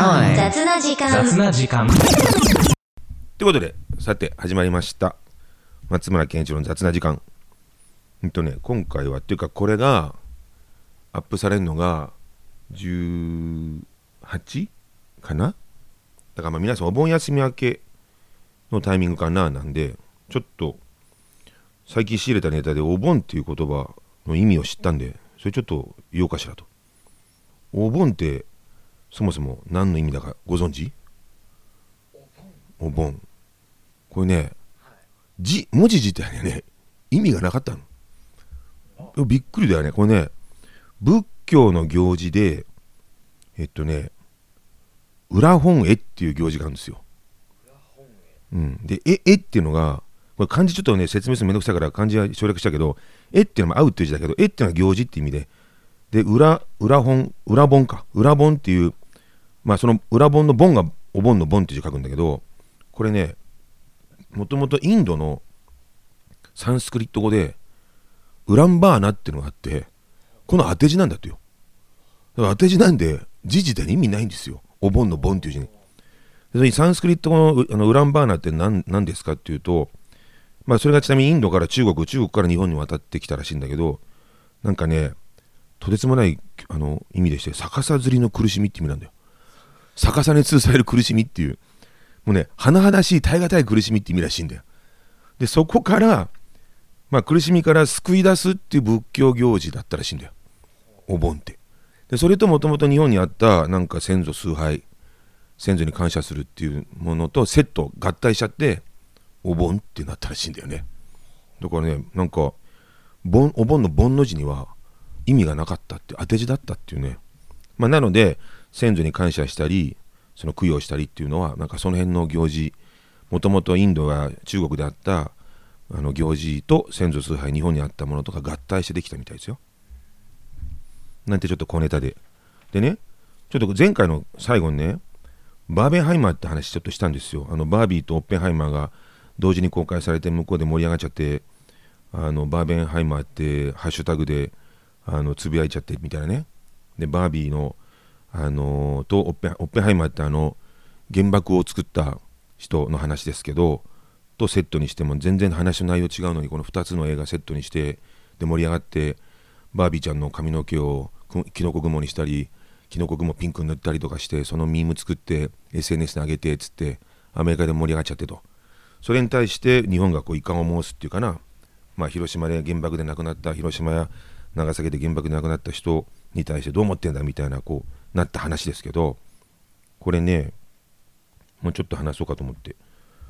time. 雑な時間。 ということで、さて始まりました。松村健一郎の雑な時間。今回はっていうかこれがアップされるのが18かな。だから皆さんお盆休み明けのタイミングかななんで、ちょっと最近仕入れたネタでお盆っていう言葉の意味を知ったんで、それちょっと言おうかしらと。お盆ってそもそも何の意味だかご存知？お盆。これね、文字自体にね、意味がなかったの。びっくりだよね。これね、仏教の行事で、裏本会っていう行事があるんですよ。で、絵っていうのが、これ漢字ちょっとね、説明するのめんどくさいから漢字は省略したけど、絵っていうのも合うっていう字だけど、絵っていうのは行事っていう意味で、裏本っていう、その裏本の本がお盆の盆って字書くんだけど、これね、もともとインドのサンスクリット語でウランバーナっていうのがあって、この当て字なんだってよ。だから当て字なんで字自体に意味ないんですよ。お盆の盆っていう字に。でサンスクリット語のウランバーナって何ですかっていうと、それがちなみにインドから中国から日本に渡ってきたらしいんだけど、なんかね、とてつもない意味でして、逆さ釣りの苦しみって意味なんだよ。逆さに通される苦しみっていう、もうね、甚だしい耐え難い苦しみって意味らしいんだよ。でそこから、苦しみから救い出すっていう仏教行事だったらしいんだよ、お盆って。でそれともともと日本にあったなんか先祖崇拝、先祖に感謝するっていうものとセット合体しちゃってお盆ってなったらしいんだよね。だからね、なんかお盆の盆の字には意味がなかったって、当て字だったっていうね。なので先祖に感謝したり、その供養したりっていうのはなんかその辺の行事、もともとインドや中国であった行事と先祖崇拝、日本にあったものとか合体してできたみたいですよ。なんてちょっと小ネタで。でね、ちょっと前回の最後にね、バーベンハイマーって話ちょっとしたんですよ。バービーとオッペンハイマーが同時に公開されて向こうで盛り上がっちゃって、バーベンハイマーってハッシュタグでつぶやいちゃってみたいなね。でバービーのとオッペンハイマーって原爆を作った人の話ですけど、とセットにしても全然話の内容違うのに、この2つの映画セットにしてで盛り上がって、バービーちゃんの髪の毛をキノコ雲にしたり、キノコ雲ピンク塗ったりとかして、そのミーム作って SNS に上げてっつってアメリカで盛り上がっちゃってと。それに対して日本が遺憾を申すっていうかな、広島で原爆で亡くなった、広島や長崎で原爆で亡くなった人に対してどう思ってんだみたいななった話ですけど、これね、もうちょっと話そうかと思って、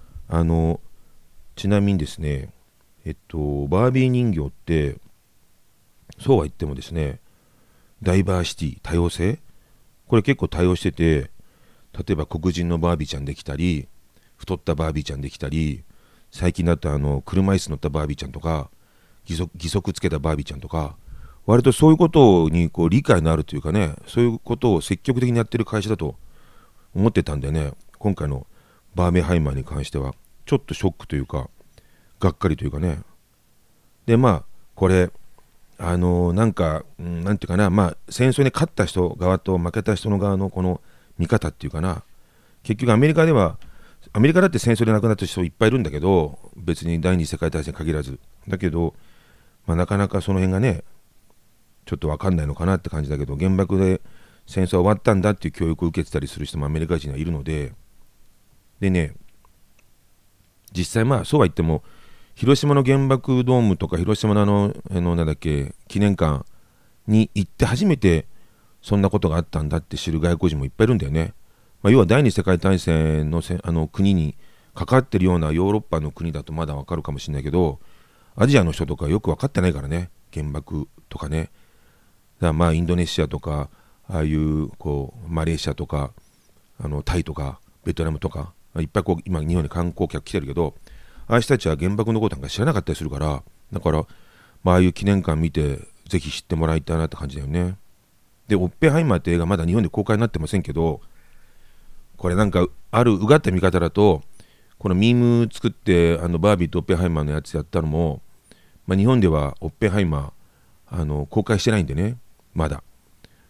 ちなみにですね、バービー人形ってそうは言ってもですね、ダイバーシティ、多様性、これ結構多様してて、例えば黒人のバービーちゃんできたり、太ったバービーちゃんできたり、最近だと車椅子乗ったバービーちゃんとか、義足つけたバービーちゃんとか、割とそういうことに理解のあるというかね、そういうことを積極的にやってる会社だと思ってたんでね、今回のバーベンハイマーに関してはちょっとショックというか、がっかりというかね。でこれなんていうかな、戦争に勝った人側と負けた人の側のこの見方っていうかな、結局アメリカだって戦争で亡くなった人いっぱいいるんだけど、別に第二次世界大戦に限らずだけど、なかなかその辺がねちょっと分かんないのかなって感じだけど、原爆で戦争は終わったんだっていう教育を受けてたりする人もアメリカ人はいるので、でね、実際そうは言っても広島の原爆ドームとか広島のなんだっけ記念館に行って初めてそんなことがあったんだって知る外国人もいっぱいいるんだよね。要は第二次世界大戦の国に関わってるようなヨーロッパの国だとまだわかるかもしれないけど、アジアの人とかよく分かってないからね、原爆とかね。だからインドネシアとか、ああいうマレーシアとかタイとかベトナムとかいっぱい今日本に観光客来てるけど、ああいう人たちは原爆のことなんか知らなかったりするから、だからああいう記念館見てぜひ知ってもらいたいなって感じだよね。でオッペンハイマーって映画まだ日本で公開になってませんけど、これなんかあるうがった見方だと、このミーム作ってバービーとオッペンハイマーのやつやったのも、日本ではオッペンハイマー公開してないんでね、まだ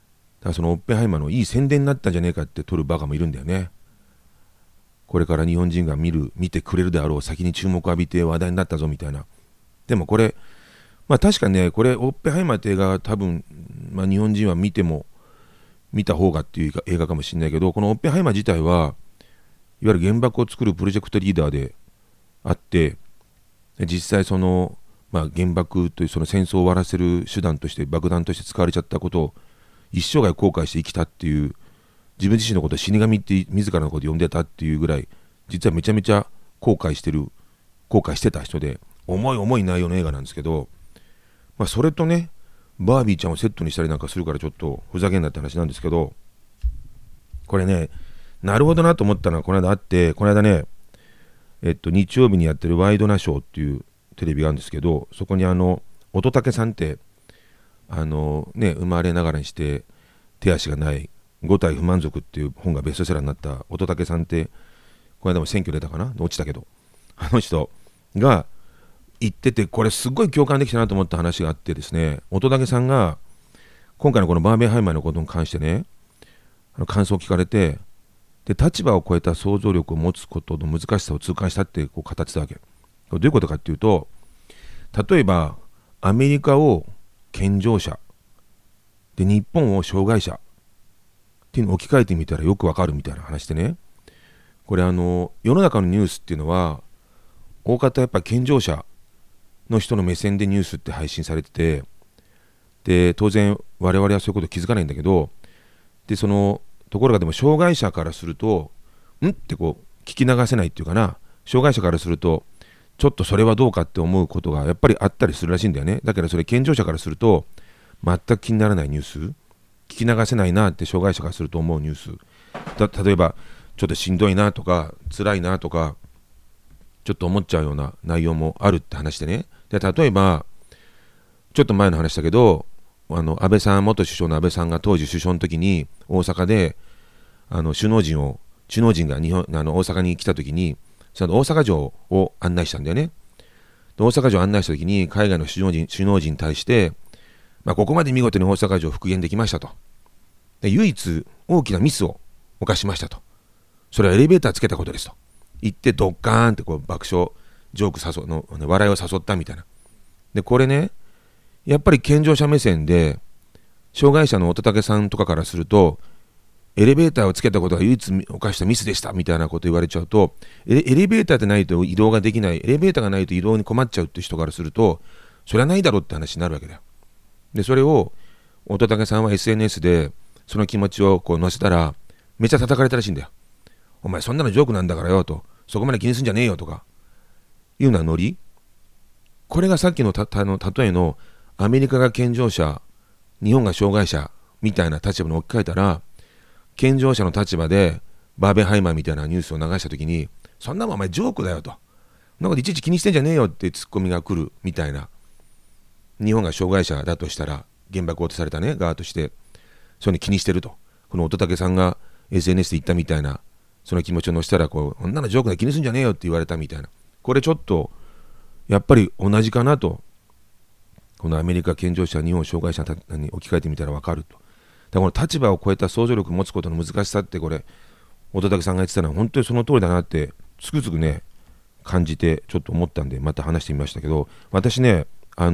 からそのオッペンハイマーのいい宣伝になったんじゃねえかって撮るバカもいるんだよね。これから日本人が見てくれるであろう、先に注目を浴びて話題になったぞみたいな。でもこれ、確かにね、これオッペンハイマーって映画は多分、日本人は見た方がっていう映画かもしれないけど、このオッペンハイマー自体はいわゆる原爆を作るプロジェクトリーダーであって、実際その、原爆というその戦争を終わらせる手段として爆弾として使われちゃったことを一生涯後悔して生きたっていう、自分自身のことを死神って自らのことを呼んでたっていうぐらい、実はめちゃめちゃ後悔してた人で、重い内容の映画なんですけど、それとねバービーちゃんをセットにしたりなんかするからちょっとふざけんなって話なんですけど、これね、なるほどなと思ったのはこの間ね、日曜日にやってるワイドナショーっていうテレビがあるんですけど、そこに乙武さんって生まれながらにして手足がない五体不満足っていう本がベストセラーになった乙武さんって、この間も選挙出たかな、落ちたけど、あの人が言ってて、これすっごい共感できたなと思った話があってですね、乙武さんが今回のこのバーベンハイマーのことに関してね、感想を聞かれて、で立場を超えた想像力を持つことの難しさを痛感したってこう語ってたわけ。どういうことかっていうと、例えばアメリカを健常者で日本を障害者っていうのを置き換えてみたらよくわかるみたいな話でね、これ世の中のニュースっていうのは大方やっぱ健常者の人の目線でニュースって配信されてて、で当然我々はそういうこと気づかないんだけど、でところがでも障害者からするとってこう聞き流せないっていうかな、障害者からするとちょっとそれはどうかって思うことがやっぱりあったりするらしいんだよね。だからそれ健常者からすると全く気にならないニュース、聞き流せないなって障害者からすると思うニュース例えばちょっとしんどいなとか辛いなとかちょっと思っちゃうような内容もあるって話でね。で例えばちょっと前の話だけど、安倍さん、元首相の安倍さんが当時首相の時に大阪で首脳陣が大阪に来た時にその大阪城を案内したんだよね。で大阪城を案内した時に海外の首脳陣に対して、ここまで見事に大阪城を復元できましたと。で唯一大きなミスを犯しましたと。それはエレベーターつけたことですと言ってドッカーンってこう爆笑ジョークの笑いを誘ったみたいな。でこれね、やっぱり健常者目線で障害者の乙武さんとかからすると、エレベーターをつけたことが唯一犯したミスでしたみたいなこと言われちゃうと、エレベーターでないと移動ができない、エレベーターがないと移動に困っちゃうって人からすると、それはないだろうって話になるわけだよ。でそれを乙武さんは SNS でその気持ちをこう載せたらめっちゃ叩かれたらしいんだよ。お前そんなのジョークなんだからよと、そこまで気にすんじゃねえよとかいうようなノリ。これがさっきの例えのアメリカが健常者、日本が障害者みたいな立場に置き換えたら、健常者の立場でバーベンハイマーみたいなニュースを流したときに、そんなもんお前ジョークだよと、そんなこといちいち気にしてんじゃねえよってツッコミが来るみたいな。日本が障害者だとしたら原爆を落とされたね側としてそういうの気にしてると、この乙武さんが SNS で言ったみたいなその気持ちを乗せたらこう、こんなのジョークで気にすんじゃねえよって言われたみたいな。これちょっとやっぱり同じかなと。このアメリカ健常者、日本障害者に置き換えてみたら分かると。だからこの立場を超えた想像力を持つことの難しさって、これ乙武さんが言ってたのは本当にその通りだなってつくづくね感じてちょっと思ったんでまた話してみましたけど、私ね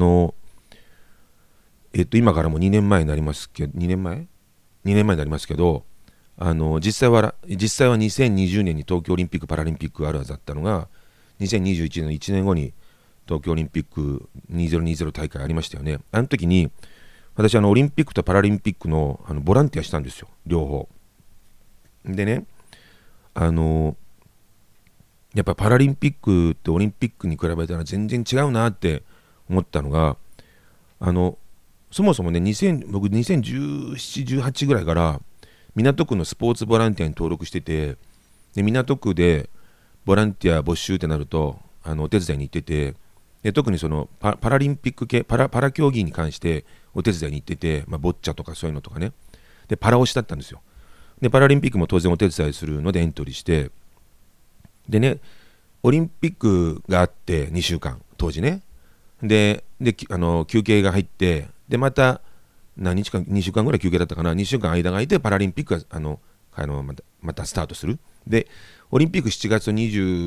今からもう2年前になりますけど、2年前になりますけど、実際は2020年に東京オリンピック・パラリンピックあるはずだったのが、2021年の1年後に東京オリンピック2020大会ありましたよね。あの時に私オリンピックとパラリンピックのボランティアしたんですよ、両方でね。やっぱパラリンピックってオリンピックに比べたら全然違うなって思ったのが、そもそもね僕2017、18ぐらいから港区のスポーツボランティアに登録してて、で港区でボランティア募集ってなるとお手伝いに行ってて、で特にそのパラリンピック系パラ競技に関してお手伝いに行ってて、ボッチャとかそういうのとかね、でパラ推しだったんですよ。でパラリンピックも当然お手伝いするのでエントリーして、でねオリンピックがあって2週間当時ね、で休憩が入って、でまた何日間、2週間ぐらい休憩だったかな、2週間間が空いてパラリンピックがまたスタートする。で、オリンピック7月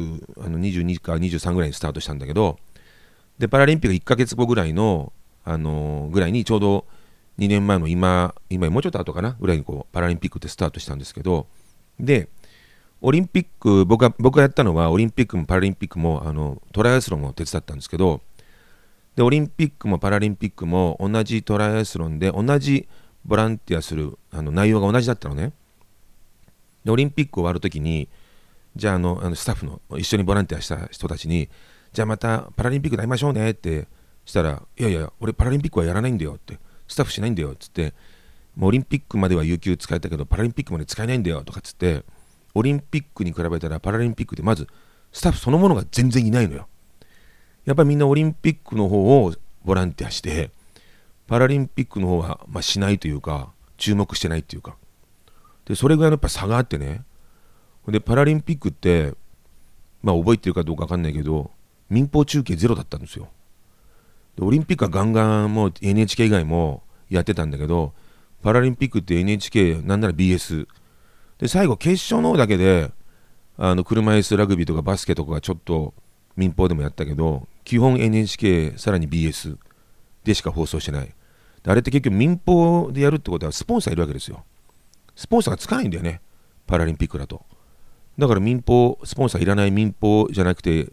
22か23ぐらいにスタートしたんだけど、で、パラリンピック1ヶ月後ぐらいの、ぐらいにちょうど2年前の今もうちょっと後かなぐらいにパラリンピックってスタートしたんですけど、で、オリンピック、僕がやったのはオリンピックもパラリンピックもトライアスロンを手伝ったんですけど、で、オリンピックもパラリンピックも同じトライアスロンで同じボランティアする内容が同じだったのね。で、オリンピック終わるときに、じゃあスタッフの一緒にボランティアした人たちに、じゃあまたパラリンピックで会いましょうねってしたら、いやいや、俺パラリンピックはやらないんだよって、スタッフしないんだよっつって、もうオリンピックまでは有給使えたけど、パラリンピックまで使えないんだよとかっつって、オリンピックに比べたらパラリンピックでまずスタッフそのものが全然いないのよ。やっぱりみんなオリンピックの方をボランティアして、パラリンピックの方はしないというか、注目してないっていうか。で、それぐらいのやっぱ差があってね。で、パラリンピックって、覚えてるかどうか分かんないけど、民放中継ゼロだったんですよ。で、オリンピックはガンガンもう NHK 以外もやってたんだけど、パラリンピックって NHK なんなら BS で、最後決勝の方だけで車椅子ラグビーとかバスケとかがちょっと民放でもやったけど、基本 NHK さらに BS でしか放送してない。で、あれって結局民放でやるってことはスポンサーいるわけですよ。スポンサーがつかないんだよね、パラリンピックだと。だから民放、スポンサーいらない民放じゃなくて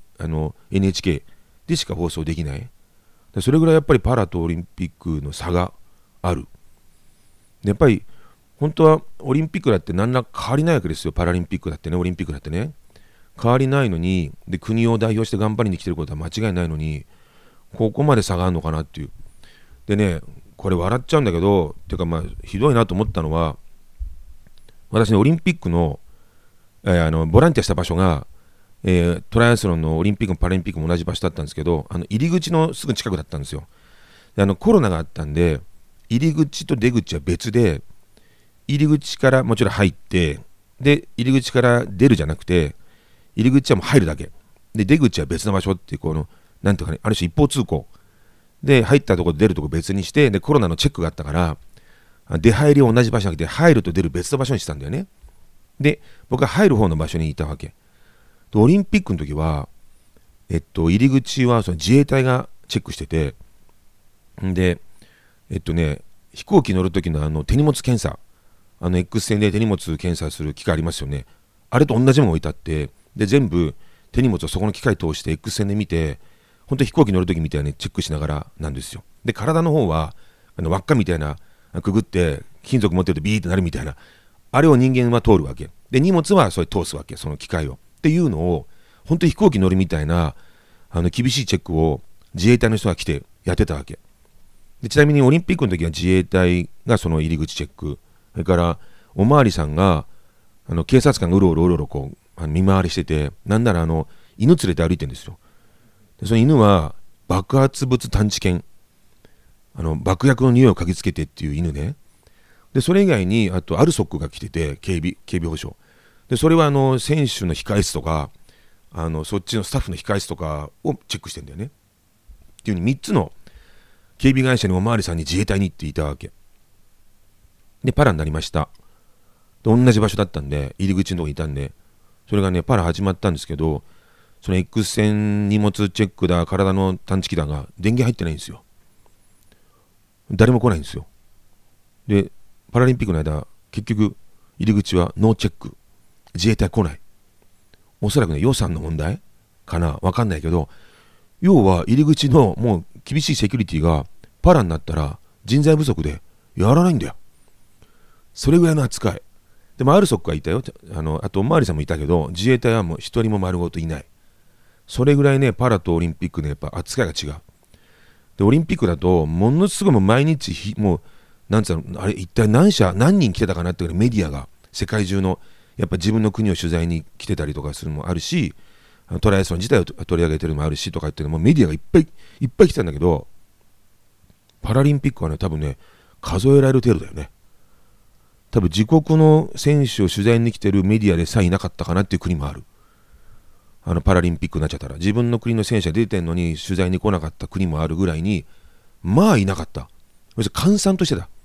NHK でしか放送できない。で、それぐらいやっぱりパラとオリンピックの差がある。で、やっぱり本当はオリンピックだって何ら変わりないわけですよ。パラリンピックだってね、オリンピックだってね。変わりないのに、で、国を代表して頑張りに来てることは間違いないのに、ここまで差があるのかなっていう。でね、これ笑っちゃうんだけど、ていうかひどいなと思ったのは、私ね、オリンピックの、ボランティアした場所が、トライアスロンのオリンピックもパラリンピックも同じ場所だったんですけど、入り口のすぐ近くだったんですよ。で、コロナがあったんで、入り口と出口は別で、入り口からもちろん入って、で、入り口から出るじゃなくて、入り口はもう入るだけ。で、出口は別の場所っていう、なんていうかね、ある種一方通行。で、入ったところと出るところ別にして、で、コロナのチェックがあったから、出入りを同じ場所じゃなくて、入ると出る別の場所にしたんだよね。で、僕は入る方の場所にいたわけ。で、オリンピックの時は、入り口はその自衛隊がチェックしてて、で、飛行機乗る時の手荷物検査、X 線で手荷物検査する機械ありますよね。あれと同じもの置いてあって、で、全部手荷物をそこの機械通して X 線で見て、本当飛行機乗る時みたいにチェックしながらなんですよ。で、体の方は、輪っかみたいな、くぐって金属持ってるとビーってなるみたいな、あれを人間は通るわけ。で、荷物はそれ通すわけ、その機械を。っていうのを、本当に飛行機乗るみたいな、厳しいチェックを自衛隊の人が来てやってたわけ。で、ちなみにオリンピックの時は自衛隊がその入り口チェック、それからおまわりさんが警察官がうろうろ見回りしてて、なんなら犬連れて歩いてるんですよ。で、その犬は爆発物探知犬、爆薬の匂いを嗅ぎつけてっていう犬ね。で、それ以外にあとアルソックが来てて、警備保障で、それは選手の控室とかそっちのスタッフの控室とかをチェックしてんだよね。っていう風に3つの警備会社におまわりさんに自衛隊にっていたわけで、パラになりました。で、同じ場所だったんで、入り口のとこにいたんで、それがね、パラ始まったんですけど、その X 線荷物チェックだ、体の探知機だが電源入ってないんですよ。誰も来ないんですよ。で、パラリンピックの間、結局入り口はノーチェック、自衛隊来ない。おそらくね、予算の問題かな、わかんないけど、要は入り口のもう厳しいセキュリティがパラになったら人材不足でやらないんだよ。それぐらいの扱い。でもアルソックはいたよ。あとおまわりさんもいたけど、自衛隊はもう一人も丸ごといない。それぐらいね、パラとオリンピックね、やっぱ扱いが違う。で、オリンピックだとものすごいもう毎日もうなんつうの、あれ一体何人来てたかなっていうメディアが世界中のやっぱ自分の国を取材に来てたりとかするのもあるし、トライアスロン自体を取り上げてるのもあるしとか言ってもメディアがいっぱい来てたんだけど、パラリンピックはね、多分ね、数えられる程度だよね。多分自国の選手を取材に来てるメディアでさえいなかったかなっていう国もある。パラリンピックになっちゃったら、自分の国の選手が出てんのに取材に来なかった国もあるぐらいに、まあいなかった。閑散としてた。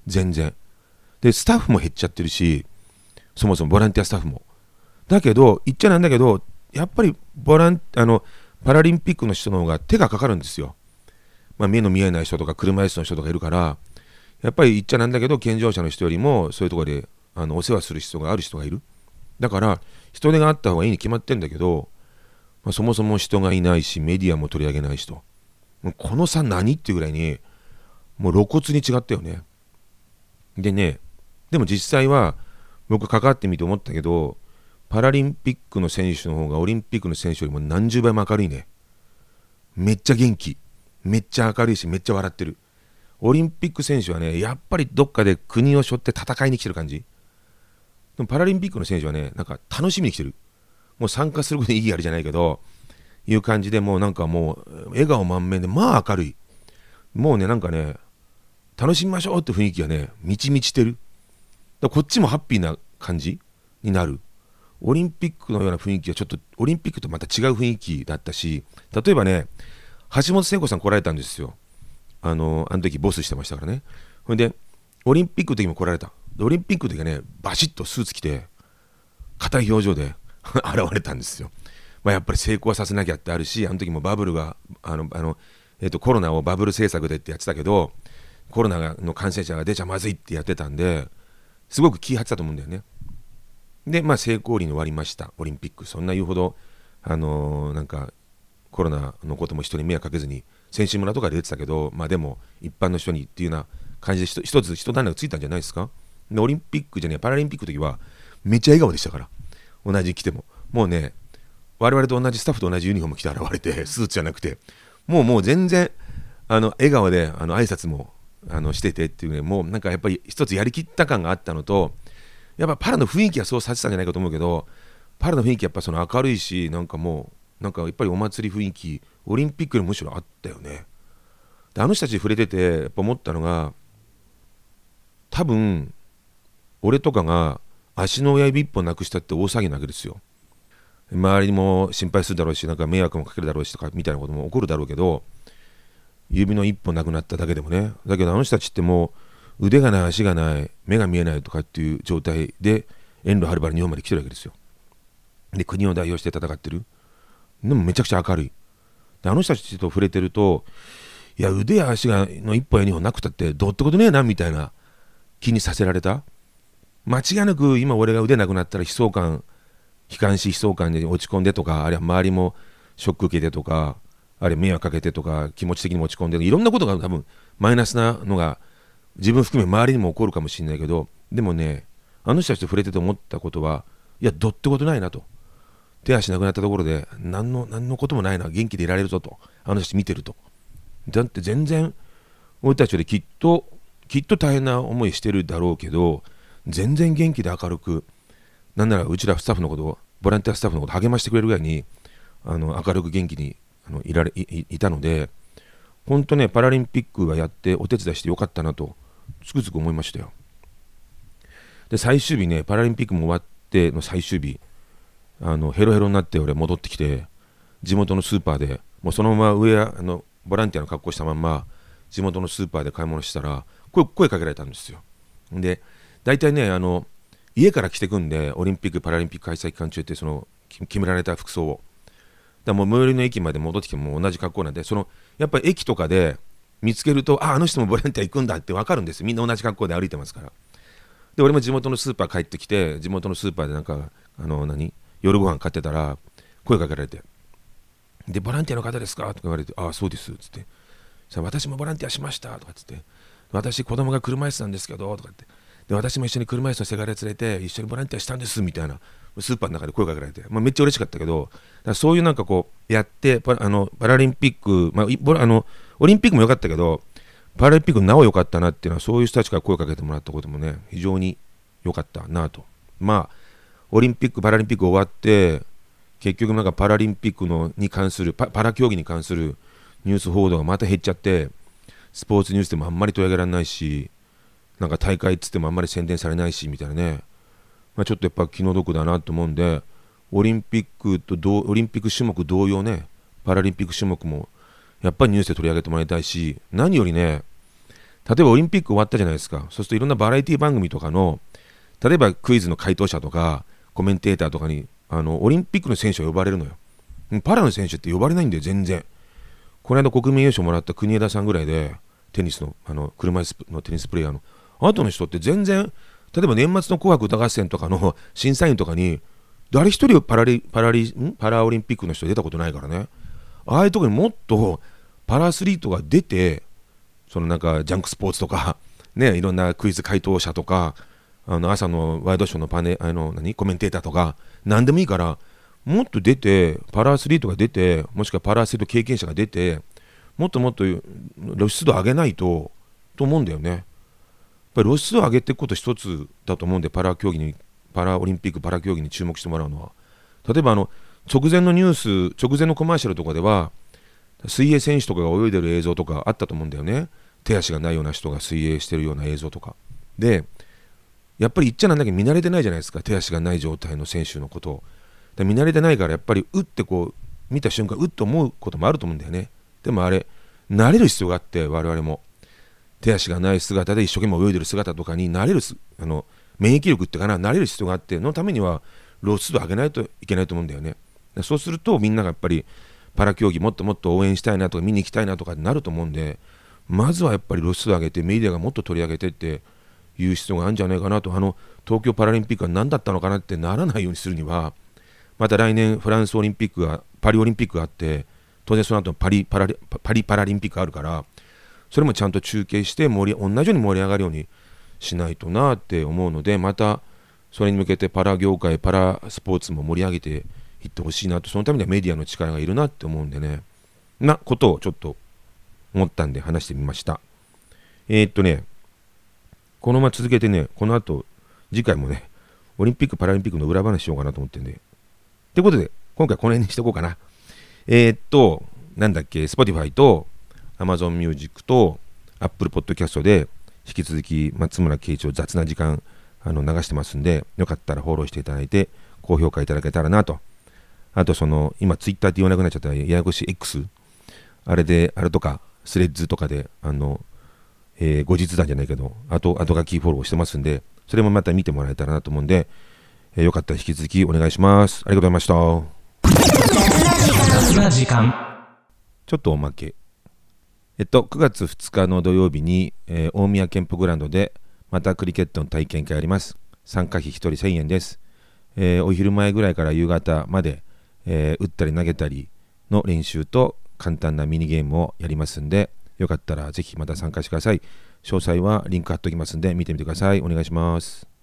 全然。でスタッフも減っちゃってるし、そもそもボランティアスタッフも。だけど言っちゃなんだけど、やっぱりパラリンピックの人の方が手がかかるんですよ。目の見えない人とか車椅子の人とかいるから、やっぱり言っちゃなんだけど、健常者の人よりもそういうところでお世話する必要がある人がいる。だから人手があった方がいいに決まってんだけど、そもそも人がいないし、メディアも取り上げない人、もうこの差何っていうぐらいにもう露骨に違ったよね。でね、でも実際は僕関わってみて思ったけど、パラリンピックの選手の方がオリンピックの選手よりも何十倍も明るいね。めっちゃ元気、めっちゃ明るいし、めっちゃ笑ってる。オリンピック選手はね、やっぱりどっかで国を背負って戦いに来てる感じ。でもパラリンピックの選手はね、なんか楽しみに来てる。もう参加することに意義あるじゃないけど、いう感じで、もうなんかもう笑顔満面で、まあ明るい。もうね、なんかね、楽しみましょうって雰囲気がね、満ち満ちてる。だからこっちもハッピーな感じになる。オリンピックのような雰囲気はちょっとオリンピックとまた違う雰囲気だったし、例えばね、橋本聖子さん来られたんですよ。あの時ボスしてましたからね。ほんでオリンピックの時も来られた。オリンピックの時はね、バシッとスーツ着て硬い表情で現れたんですよ。やっぱり成功させなきゃってあるし、あの時もバブルがコロナをバブル政策でってやってたけど、コロナの感染者が出ちゃまずいってやってたんで、すごく気張ってたと思うんだよね。で成功裏に終わりました。オリンピックそんな言うほどなんかコロナのことも人に迷惑かけずに選手村とかで出てたけど、でも一般の人にっていうような感じで一つ一段落ついたんじゃないですか。でオリンピックじゃねえ、パラリンピックの時はめっちゃ笑顔でしたから。同じ着てももうね、我々と同じスタッフと同じユニフォーム着て現れて、スーツじゃなくてもう全然笑顔で挨拶もしててっていうね、もうなんかやっぱり一つやりきった感があったのと、やっぱパラの雰囲気はそうさせたんじゃないかと思うけど、パラの雰囲気やっぱその明るいし、なんかもうなんかやっぱりお祭り雰囲気、オリンピックよりむしろあったよね。で人たち触れててやっぱ思ったのが、多分俺とかが足の親指一本なくしたって大騒ぎなわけですよ。周りにも心配するだろうし、なんか迷惑もかけるだろうしとかみたいなことも起こるだろうけど、指の一本なくなっただけでもね。だけど人たちってもう腕がない、足がない、目が見えないとかっていう状態で遠路はるばる日本まで来てるわけですよ。で国を代表して戦ってる。でもめちゃくちゃ明るい。で人たちと触れてると、いや腕や足がの一本や二本なくたってどうってことねえなみたいな気にさせられた。間違いなく今俺が腕なくなったら悲観し悲壮感で落ち込んでとか、あるいは周りもショック受けてとか、あるいは迷惑かけてとか、気持ち的に落ち込んで、いろんなことが多分マイナスなのが自分含め周りにも起こるかもしれないけど、でもね、人たちと触れてて思ったことは、いやどうってことないなと。手足なくなったところで何のこともないな、元気でいられるぞと、人たち見てると。だって全然俺たちよりきっと大変な思いしてるだろうけど、全然元気で明るく、なんならうちらスタッフのことを、ボランティアスタッフのことを励ましてくれるぐらいに明るく元気にいたので、本当ね、パラリンピックはやってお手伝いしてよかったなとつくづく思いましたよ。で最終日ね、パラリンピックも終わっての最終日、ヘロヘロになって俺戻ってきて、地元のスーパーでもうそのままボランティアの格好したまんま地元のスーパーで買い物したら声かけられたんですよ。で大体ね、家から着てくんで、オリンピックパラリンピック開催期間中ってその決められた服装を、だからもう最寄りの駅まで戻ってきても同じ格好なんで、やっぱり駅とかで見つけると、あの人もボランティア行くんだって分かるんですよ。みんな同じ格好で歩いてますから。で俺も地元のスーパー帰ってきて、地元のスーパーでなんか夜ご飯買ってたら声かけられて、でボランティアの方ですかとか言われて、あそうですっつって、さ私もボランティアしましたとかっつって、私子供が車椅子なんですけどとかって、で私も一緒に車椅子のせがれ連れて一緒にボランティアしたんですみたいな、スーパーの中で声かけられて、めっちゃ嬉しかったけど、だからそういうなんかこうやってパラリンピック、オリンピックも良かったけどパラリンピックなお良かったなっていうのは、そういう人たちから声かけてもらったこともね、非常に良かったなと。オリンピックパラリンピック終わって結局なんかパラリンピックに関するパラ競技に関するニュース報道がまた減っちゃって、スポーツニュースでもあんまり取り上げられないし、なんか大会っつってもあんまり宣伝されないしみたいなね、ちょっとやっぱ気の毒だなと思うんで、オリンピック種目同様ね、パラリンピック種目もやっぱりニュースで取り上げてもらいたいし、何よりね、 例えばオリンピック終わったじゃないですか。そうするといろんなバラエティ番組とかの、例えばクイズの回答者とかコメンテーターとかにオリンピックの選手は呼ばれるのよ。パラの選手って呼ばれないんだよ、全然。この間国民優勝もらった国枝さんぐらいで、テニスの車椅子のテニスプレーヤーの後の人って全然、例えば年末の紅白歌合戦とかの審査員とかに誰一人パラオリンピックの人出たことないからね。ああいうところにもっとパラアスリートが出て、そのなんかジャンクスポーツとかね、いろんなクイズ回答者とか朝のワイドショーのコメンテーターとか何でもいいから、もっと出て、パラアスリートが出て、もしくはパラアスリート経験者が出て、もっともっと露出度上げないと思うんだよね。やっぱり露出度上げていくこと一つだと思うんで、パラオリンピックパラ競技に注目してもらうのは、例えば直前のニュース、直前のコマーシャルとかでは水泳選手とかが泳いでる映像とかあったと思うんだよね。手足がないような人が水泳してるような映像とかで、やっぱり言っちゃなんだけど見慣れてないじゃないですか、手足がない状態の選手のことを。見慣れてないから、やっぱりうってこう見た瞬間うっと思うこともあると思うんだよね。でもあれ慣れる必要があって、我々も手足がない姿で一生懸命泳いでる姿とかに慣れる免疫力ってかな、慣れる必要があって、のためには露出度上げないといけないと思うんだよね。そうするとみんながやっぱりパラ競技もっともっと応援したいなとか見に行きたいなとかになると思うんで、まずはやっぱり露出度上げてメディアがもっと取り上げてっていう必要があるんじゃないかなと。東京パラリンピックは何だったのかなってならないようにするには、また来年フランスオリンピックがパリオリンピックがあって、当然その後パリパラリンピックがあるから、それもちゃんと中継して同じように盛り上がるようにしないとなって思うので、またそれに向けてパラ業界パラスポーツも盛り上げていってほしいなと。そのためにはメディアの力がいるなって思うんでね、なことをちょっと思ったんで話してみました。このまま続けてね、この後次回もねオリンピックパラリンピックの裏話しようかなと思ってんで、ということで今回この辺にしておこうかな。なんだっけ、Spotify と Amazon Music と Apple Podcast で引き続き松村圭一を雑な時間流してますんで、よかったらフォローしていただいて高評価いただけたらなと。あと今 Twitter って言わなくなっちゃったややこしい X、 あれとかスレッズとかで後日談じゃないけど後書きフォローしてますんで、それもまた見てもらえたらなと思うんで、よかったら引き続きお願いします。ありがとうございました。雑な時間。ちょっとおまけ。9月2日の土曜日に、大宮健保グラウンドでまたクリケットの体験会あります。参加費1人1000円です。お昼前ぐらいから夕方まで、打ったり投げたりの練習と簡単なミニゲームをやりますんで、よかったらぜひまた参加してください。詳細はリンク貼っておきますんで見てみてください。お願いします。